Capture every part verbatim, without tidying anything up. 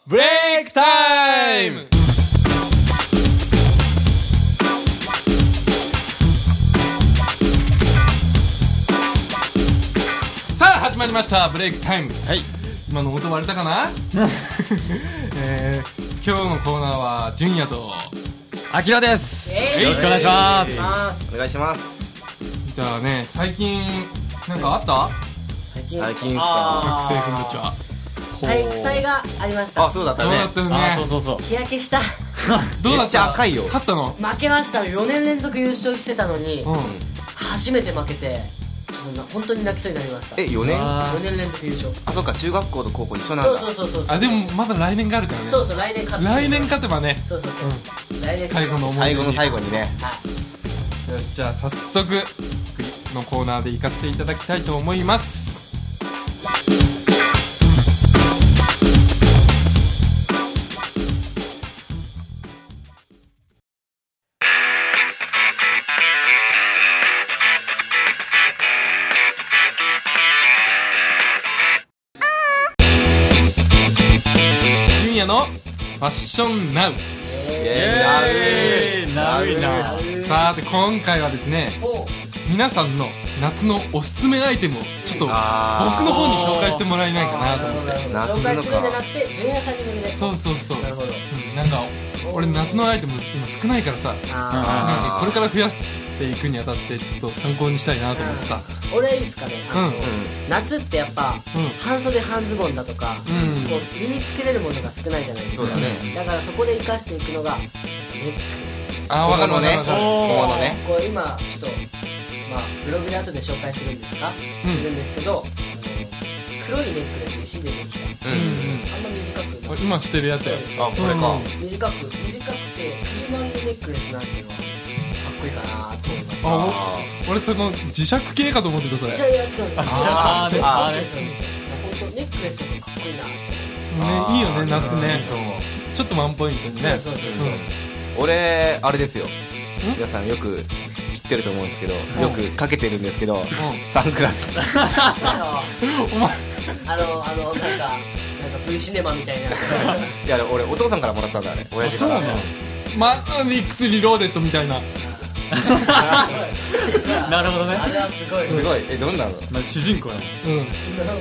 ブレイクタイム。さあ始まりましたブレイクタイム。はい、今の音割れたかな、えー、今日のコーナーは純也とあきらです、えー、よろしくお願いします、えー、 お願いします。 じゃあね、最近なんかあった？ 最近最近ですか。 学生君たちは体育祭がありました。 あ、そうだったね。 そうだったよね。 あ、そうそうそう。 日焼けした。 どうだった？めっちゃ赤いよ。 勝ったの？ 負けました。よねん連続優勝してたのに、うん、初めて負けてそんな本当に泣きそうになりました。 え、よねん？よねん連続優勝。 あ、そうか、中学校と高校一緒なんだ。 そうそうそうそう。 あ、でもまだ来年があるからね。 そうそう、来年勝て来年勝てばね。 そうそうそう、うん、来年最後の思い出に、 最後の最後にね。 はい、よし、じゃあ早速のコーナーで行かせていただきたいと思います。のファッションナウ。イエーイナウイナウ。 さて今回はですね、皆さんの夏のおすすめアイテムをちょっと僕の方に紹介してもらえないかなと思って。 紹介するんじゃなくて純也さんに向けて。 そうそうそう。 なるほど、 うん、なんか俺夏のアイテム今少ないからさ、なんかこれから増やしていくにあたってちょっと参考にしたいなと思ってさ。 俺いいっすかね、あの、 うん、 夏ってやっぱ、うん、半袖半ズボンだとか、うん、こう身につけれるものが少ないじゃないですか。そうだね。だからそこで生かしていくのがネックレス。 あー、わかるわかるわかる。 おーね。こう今ちょっとまあブログで後で紹介するんですか、うん、するんですけど、あの黒いネックレス、石でできた、うんうん、あんま短く今してるやつや。 あ、これか。 短く短くて首回りのネックレスなんていうのはかっこいいかなと思います。 あ、俺その磁石系かと思ってたそれ。 いやいや違う。 あ、磁石。あー、 あー、ネックレスなんですよ。本当ネックレスとかかっこいいなって思います。 ね、いいよね、夏ね。ちょっとワンポイントにね。 そうそうそうそう、うん、 俺あれですよ、皆さんよく知ってると思うんですけど、よくかけてるんですけど、サングラス。 あのお前あのあのなんかなんか V シネマみたいな。いや俺お父さんからもらったんだ、あれ親父から。 そうなの。まあミックスリローデッドみたいな。 なるほどね。 あれはすごいすごい。え、どんなの？ まあ、主人公やもん。 うん。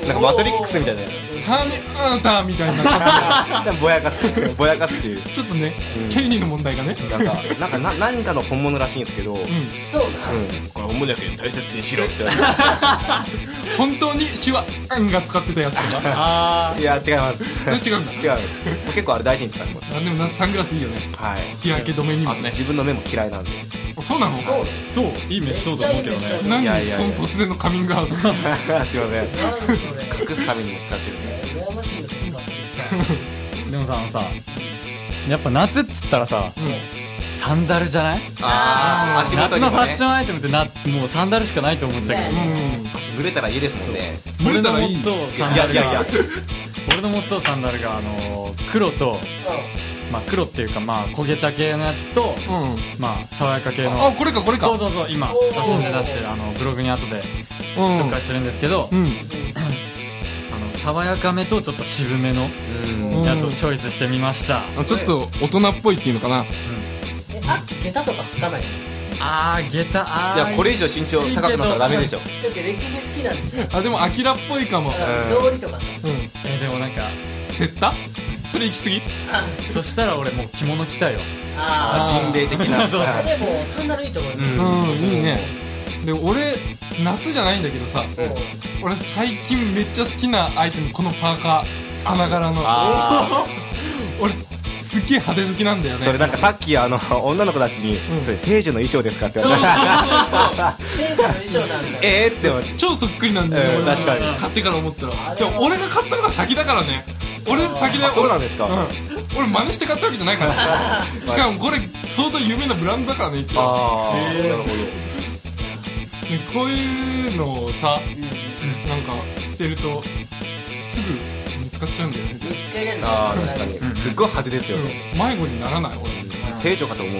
なんかマトリックスみたいな。 ターミアーターみたいな。 ぼやかすぼやかすっていう。 ちょっとね、権利の問題がね。 なんかなんかな何かの本物らしいんですけど。 そうだ。 これ本物だけど大切にしろって言われて。 本当に手話が使ってたやつとか。 ああ。いや違います。 それ違うんだ。 違う。結構あれ大事に使ってます。 あ、でもサングラスいいよね。 はい。 日焼け止めにもね。 自分の目も嫌いなんで。 そうなの？ そう、いいメッシュだと思うけどね。 何その突然のカミングアウト。すいません。隠すためにも使ってるね。 羨ましいです。 でもさ、あのさ、やっぱ夏っつったらさ、サンダルじゃない？ ああ、足元にもね。 夏のファッションアイテムってな、もうサンダルしかないと思っちゃうけど。 足濡れたらいいですもんね。 濡れたらいい。 いやいやいや。俺のモットーサンダルがあの黒と。まあ黒っていうかまあ焦げ茶系のやつと、まあ爽やか系の。 あ、これかこれか。 そうそうそう、今写真で出してるあのブログに後で紹介するんですけど、あの爽やかめとちょっと渋めのやつをチョイスしてみました。 ちょっと大人っぽいっていうのかな。 え、あっき下駄とか履かない？ あー、下駄。あー、いやこれ以上身長高くなったらダメでしょ。 だって歴史好きなんですよ。 あ、でもアキラっぽいかも。 草履とかさ。 え、でもなんかセッタ？それ行き過ぎ？ そしたら俺もう着物着たいわ。 ああ、人類的な。 でもサンダルいいと思います。 うん、いいね。で俺夏じゃないんだけどさ、俺最近めっちゃ好きなアイテム、このパーカー、花柄の。俺すっげえ派手好きなんだよね。 それなんかさっきあの女の子たちにそれ聖女の衣装ですかって言われた。 聖女の衣装なんだ。 えーって超そっくりなんだよ。 確かに。 買ってから思ったら。でも俺が買ったのが先だからね。俺先だよ。 そうなんですか。 俺真似して買ったわけじゃないから。しかもこれ相当有名なブランドだからね、一応。 ああ、なるほど。 こういうのをさ、なんか着てるとすぐ見つかっちゃうんだよね。 見つけれる。 ああ、確かに。すっごい派手ですよね。 迷子にならない俺。 聖女かと思う。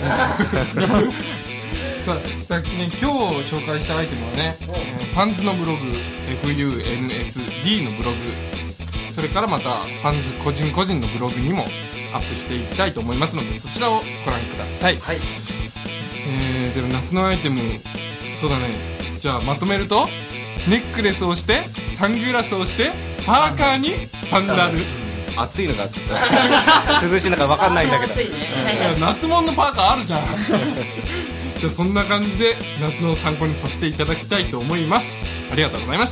だね、今日紹介したアイテムはね、パンツのブログ エフユーエヌエスディー のブログ、 それからまたファンズ個人個人のブログにもアップしていきたいと思いますので、そちらをご覧ください。はい。えー、でも夏のアイテム、そうだね、じゃあまとめると、ネックレスをしてサングラスをしてパーカーにサンダル。 暑いのかちょっと涼しいのか分かんないんだけど、 暑いね。 夏物のパーカーあるじゃん。じゃあそんな感じで夏の参考にさせていただきたいと思います。ありがとうございました。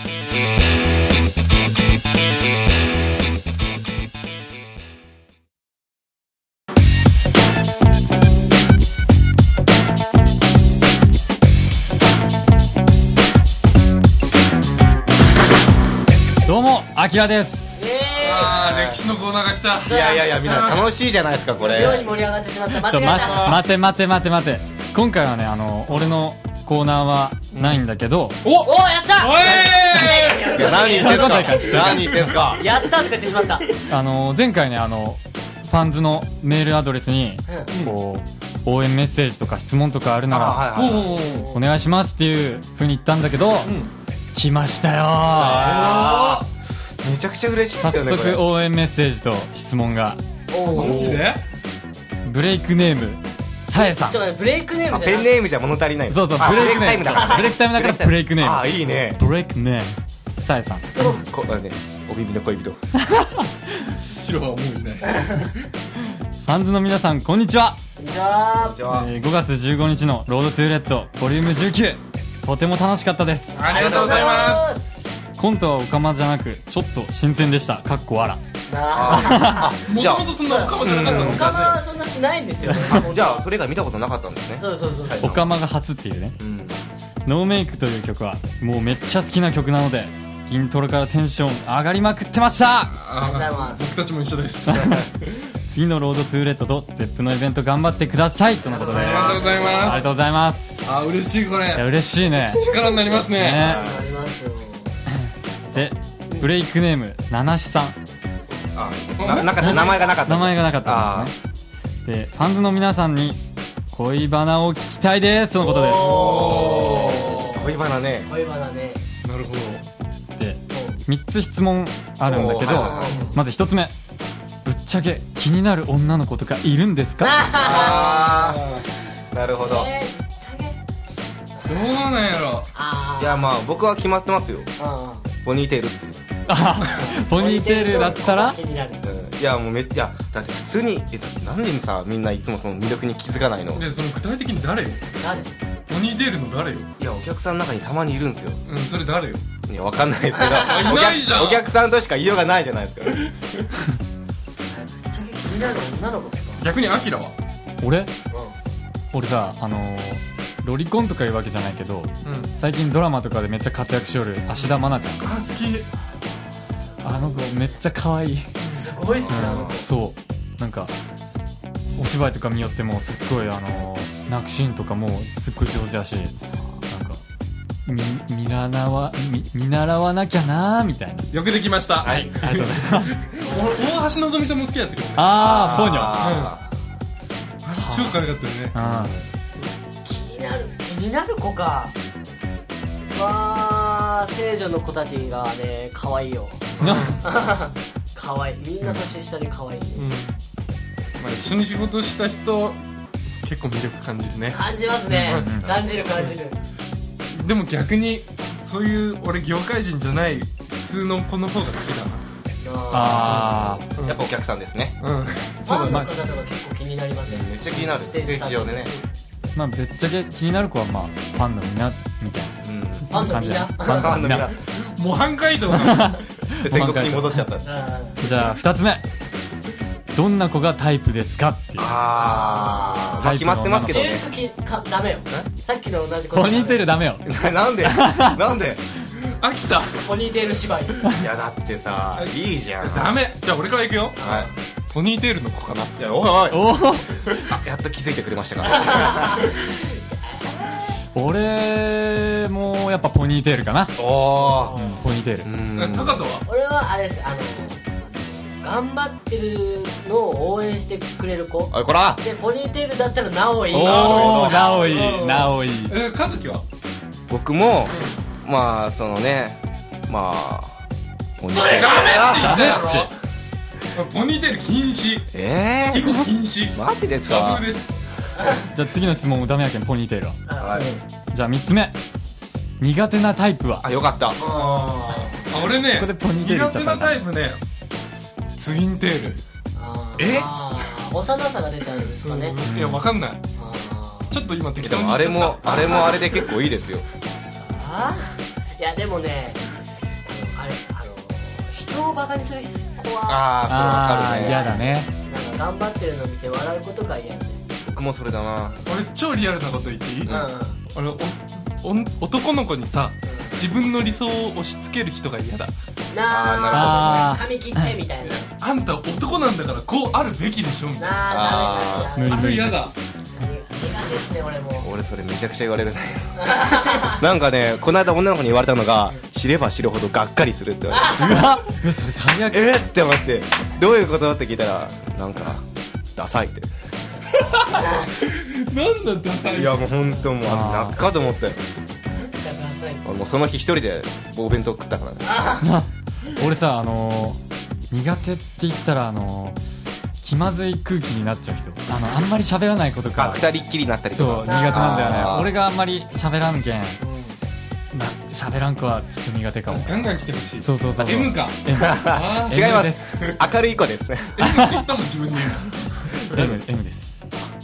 どうも、あきらです。 あー、歴史のコーナーが来た。 いやいやいや、みんな楽しいじゃないですかこれ。 妙に盛り上がってしまった。間違ちょ、 えた。 ま、待て待て待て待て。今回はね、あの俺のコーナーはないんだけど、 おおー、やったおいいや何言ってんそういうことすか何言ってんすか。 やったとか言ってしまった。 あの前回ね、あのファンズのメールアドレスに、こう応援メッセージとか質問とかあるなら、 はいはいはい、 お願いしますっていう風に言ったんだけど、うん、来ましたよー。 めちゃくちゃ嬉しいですよね。 早速応援メッセージと質問が。 マジで？ ブレイクネームさえさん。 ちょっとブレイクネームペンネームじゃ物足りない。 そうそう、ブレイクネームだからブレイクタイムだからブレイクネーム。 ああ、いいね。 ブレイクネームさえさん。 こあね、お耳の恋人。 ヒロはもういない。 ファンズの皆さん、こんにちは。 こんにちは。 えー、ごがつじゅうごにちのロードトゥーレッドボリュームじゅうきゅう、とても楽しかったです。 ありがとうございます。 コントはオカマじゃなくちょっと新鮮でした。かっこわら。 もともとそんなオカマじゃなかったの？ オカマはそんなしないんですよ。 じゃあそれが見たことなかったんですね。 そうそうそう。 オカマが初っていうね。ノーメイクという曲はもうめっちゃ好きな曲なので、イントロからテンション上がりまくってました。 ありがとうございます。 僕たちも一緒です。 次のロードトゥーレッドとゼップのイベント頑張ってくださいとのことで、 ありがとうございます。 ありがとうございます。 あ、嬉しい。これいや嬉しいね。 力になりますね。 ね。 ありますよ。 で、ブレイクネームナナシさん。 あ、な、なかった名前がなかった。 名前がなかったんですね。で、ファンズの皆さんに恋バナを聞きたいですとのことです。 おー、恋バナね。 恋バナね。 なるほど。 で、みっつ質問あるんだけど、まずひとつめ、ぶっちゃけ気になる女の子とかいるんですか？ あー、なるほど。 えー、ぶっちゃけどうなんやろ。 いや、まあ僕は決まってますよ。ポニーテールっていう。 ポニーテールだったら、 うん、いやもうめっちゃ、だって普通に、え、なんでさみんないつもその魅力に気づかないの？ で、その具体的に誰よ？ 誰？ ポニーテールの誰よ？ いや、お客さんの中にたまにいるんですよ。 うん、それ誰よ？ いや、わかんないですけどいないじゃん。 お客さんとしか言いようがないじゃないですか。 ぶっちゃけ気になる女の子ですか？ 逆にアキラは？ 俺、 う俺さ、あのー、ロリコンとかいうわけじゃないけど、 うん、 最近ドラマとかでめっちゃ活躍しよる芦田愛菜ちゃん。 あ、好き。 あの子めっちゃ可愛い。 すごいっすね、あの子。 そう、なんかお芝居とか見よってもすっごい、あのー、泣くシーンとかもすっごい上手だし、なんかみ見習わみ見習わなきゃなーみたいな。 よくできました。 はい、ありがとうございます。 大橋のぞみちゃんも好きやってくれる。 あー、ポニョ。 あれ超可愛かったよね。 あ気になる気になる子か。わー、聖女の子たちがね、可愛いよ。可愛い。みんな年下で可愛いね。 うん。まあ一緒に仕事した人結構魅力感じるね。 感じますね。 うんうん、 感じる感じる。 でも逆にそういう俺業界人じゃない普通の子の方が好きだな。 あー、 うん、やっぱお客さんですね。 うん。 ファンの方とか結構気になりますね。 めっちゃ気になる。ステージ上でね。 まあぶっちゃけ気になる子はまあファンのみんなみたいな。 うん、 ファンのみんな。 ファンのみんな。 模範解答。 戦国に戻っちゃった。 じゃあふたつめ、どんな子がタイプですかっていう。 あー、まあ決まってますけどね。 中途かダメよ。さっきの同じ子。 ポニーテールダメよ。 なんでなんで飽きた。 ポニーテール芝居。 いやだってさ、いいじゃん。 ダメ。じゃあ俺からいくよ。 はい。 ポニーテールの子かな。 いや、おいおいおー、 あ、やっと気づいてくれましたか。 俺もやっぱポニーテールかな。 おー、 うん、ポニーテール。 タカトは？ 俺はあれです、あの頑張ってるのを応援してくれる子。 おいこら。 で、ポニーテールだったらなおいい。 おー、なおいい、なおいい。 え、カズキは？ 僕もまあそのね、まあポニーテールダメって言ったやろ。ポニーテール禁止。 え以降禁止。 マジですタかブーです。 じゃあ次の質問もダメやけんポニーテールは。 はいじゃあみっつめ、苦手なタイプは。 あよかったあーあ俺ねここでポニーテール言っちゃった苦手なタイプねツインテール。 あえあー幼さが出ちゃうんですかね。 いやわかんない。 あちょっと今適で当にもあれも言っちゃったあれもあれで結構いいですよあーいやでもね、あれあの人をバカにする子はあああーそうわかるね嫌だね。 なんか頑張ってるの見て笑うことが嫌で。 僕もそれだな俺超リアルなこと言っていい？ うんうん俺おお男の子にさ自分の理想を押し付ける人が嫌だ。 なあーあ髪切ってみたいな。 あんた男なんだからこうあるべきでしょみたいな。 なあダメダメダメ。 無理無理あれ嫌だ。 苦手ですね俺も。 俺それめちゃくちゃ言われるねなんかねこの間女の子に言われたのが知れば知るほどがっかりするって言われてうわうわそれ最悪。 えっって思ってどういうことって聞いたらなんかダサいってなんだダサい。 いやもう本当もうあー泣くかと思ってダサい。 俺もうその日一人でお弁当食ったからねあ俺さあのー、苦手って言ったらあのー、気まずい空気になっちゃう人、あのあんまり喋らないことあか。 二人っきりになったりとかそう苦手なんだよね。 あー俺があんまり喋らんけんな喋らん子はちょっと苦手かも。 ガンガン来てほしい。 そうそうそうそう M か。 M あー違いま M ですす明るい子ですね M って言ったもん自分に。 M, M です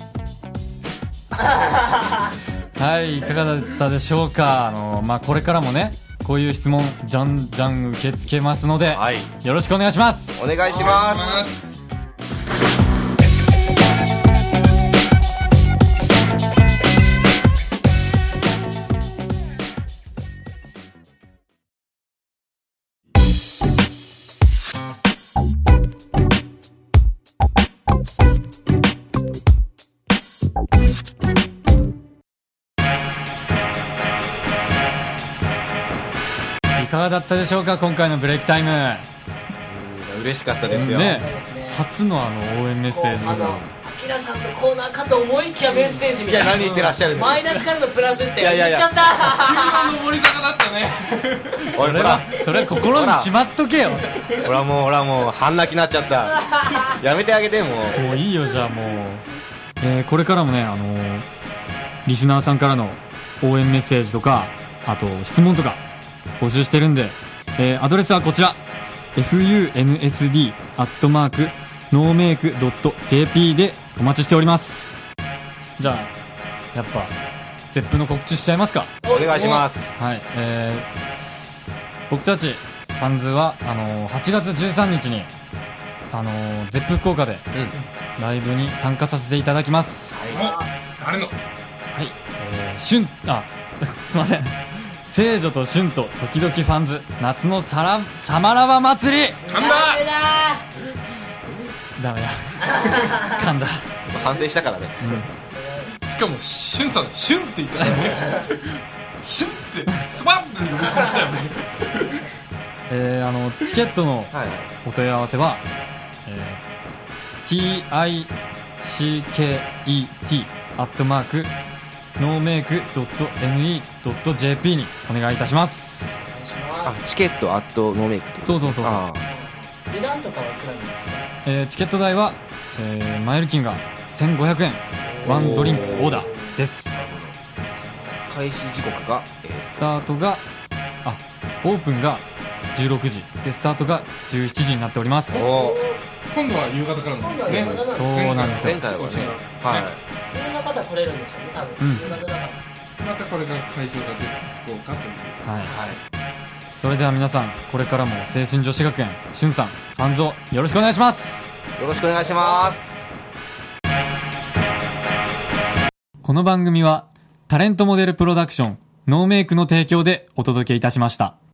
はいいかがだったでしょうか。あのまあこれからもねこういう質問じゃんじゃん受け付けますので、 はいよろしくお願いします。 お願いしますす。 いかがだったでしょうか今回のブレイクタイム。 うん嬉しかったですよねそうですね。 初のあの応援メッセージとかこうあのアキラさんのコーナーかと思いきやメッセージみたいな。 いや何言ってらっしゃるんですマイナスからのプラスって言っいやいやいやちゃった急な上り坂だったね。 それは俺ほらそれは心にしまっとけよ。 俺はもう俺はもう半泣きになっちゃったやめてあげてもうもういいよじゃあもう、えーこれからもねあのーリスナーさんからの応援メッセージとかあと質問とか募集してるんで、えーアドレスはこちら エフユーエヌエスディー アットマークノーメイクドットジェーピー でお待ちしております。じゃあやっぱゼップの告知しちゃいますか。 お願いしますはい、えー僕たちファンズはあのーはちがつじゅうさんにちにあのーゼップ福岡でうんライブに参加させていただきます。 お誰のはい、えー、シュンあすいません聖女とシュンと時々ファンズ夏のサラサマラバ祭り。 噛んだ。 ダメだダメだ噛んだ、 反省したからねしかもシュンさんシュンって言ったからね。シュンってスパンって呼び捨てしたよね。 えー、あのチケットのはいお問い合わせは、えー、ティーアイシーケーイーティー アットマークノーメイクドットエヌイードットジェーピー にお願いいたします。 お願いしあます。 チケットアットノーメイクってそうそうそうそう、 あ値段とかはいくらなんですか？ えー、チケット代は、えー、マイル金がせんごひゃくえんワンドリンクオーダーです。 ー開始時刻が、えースタートがあオープンがじゅうろくじでスタートがじゅうしちじになっております。 お今度は夕方からなんですね。 今度は夕方そうなんですよ前回はねはいいろんな方来れるんですよね多分。 うん夕方だから。 またこれが会場がゼップ福岡という。 はい、 はいそれでは皆さんこれからも青春女子学園しゅんさんファンズをよろしくお願いします。 よろしくお願いしますこの番組はタレントモデルプロダクションノーメイクの提供でお届けいたしました。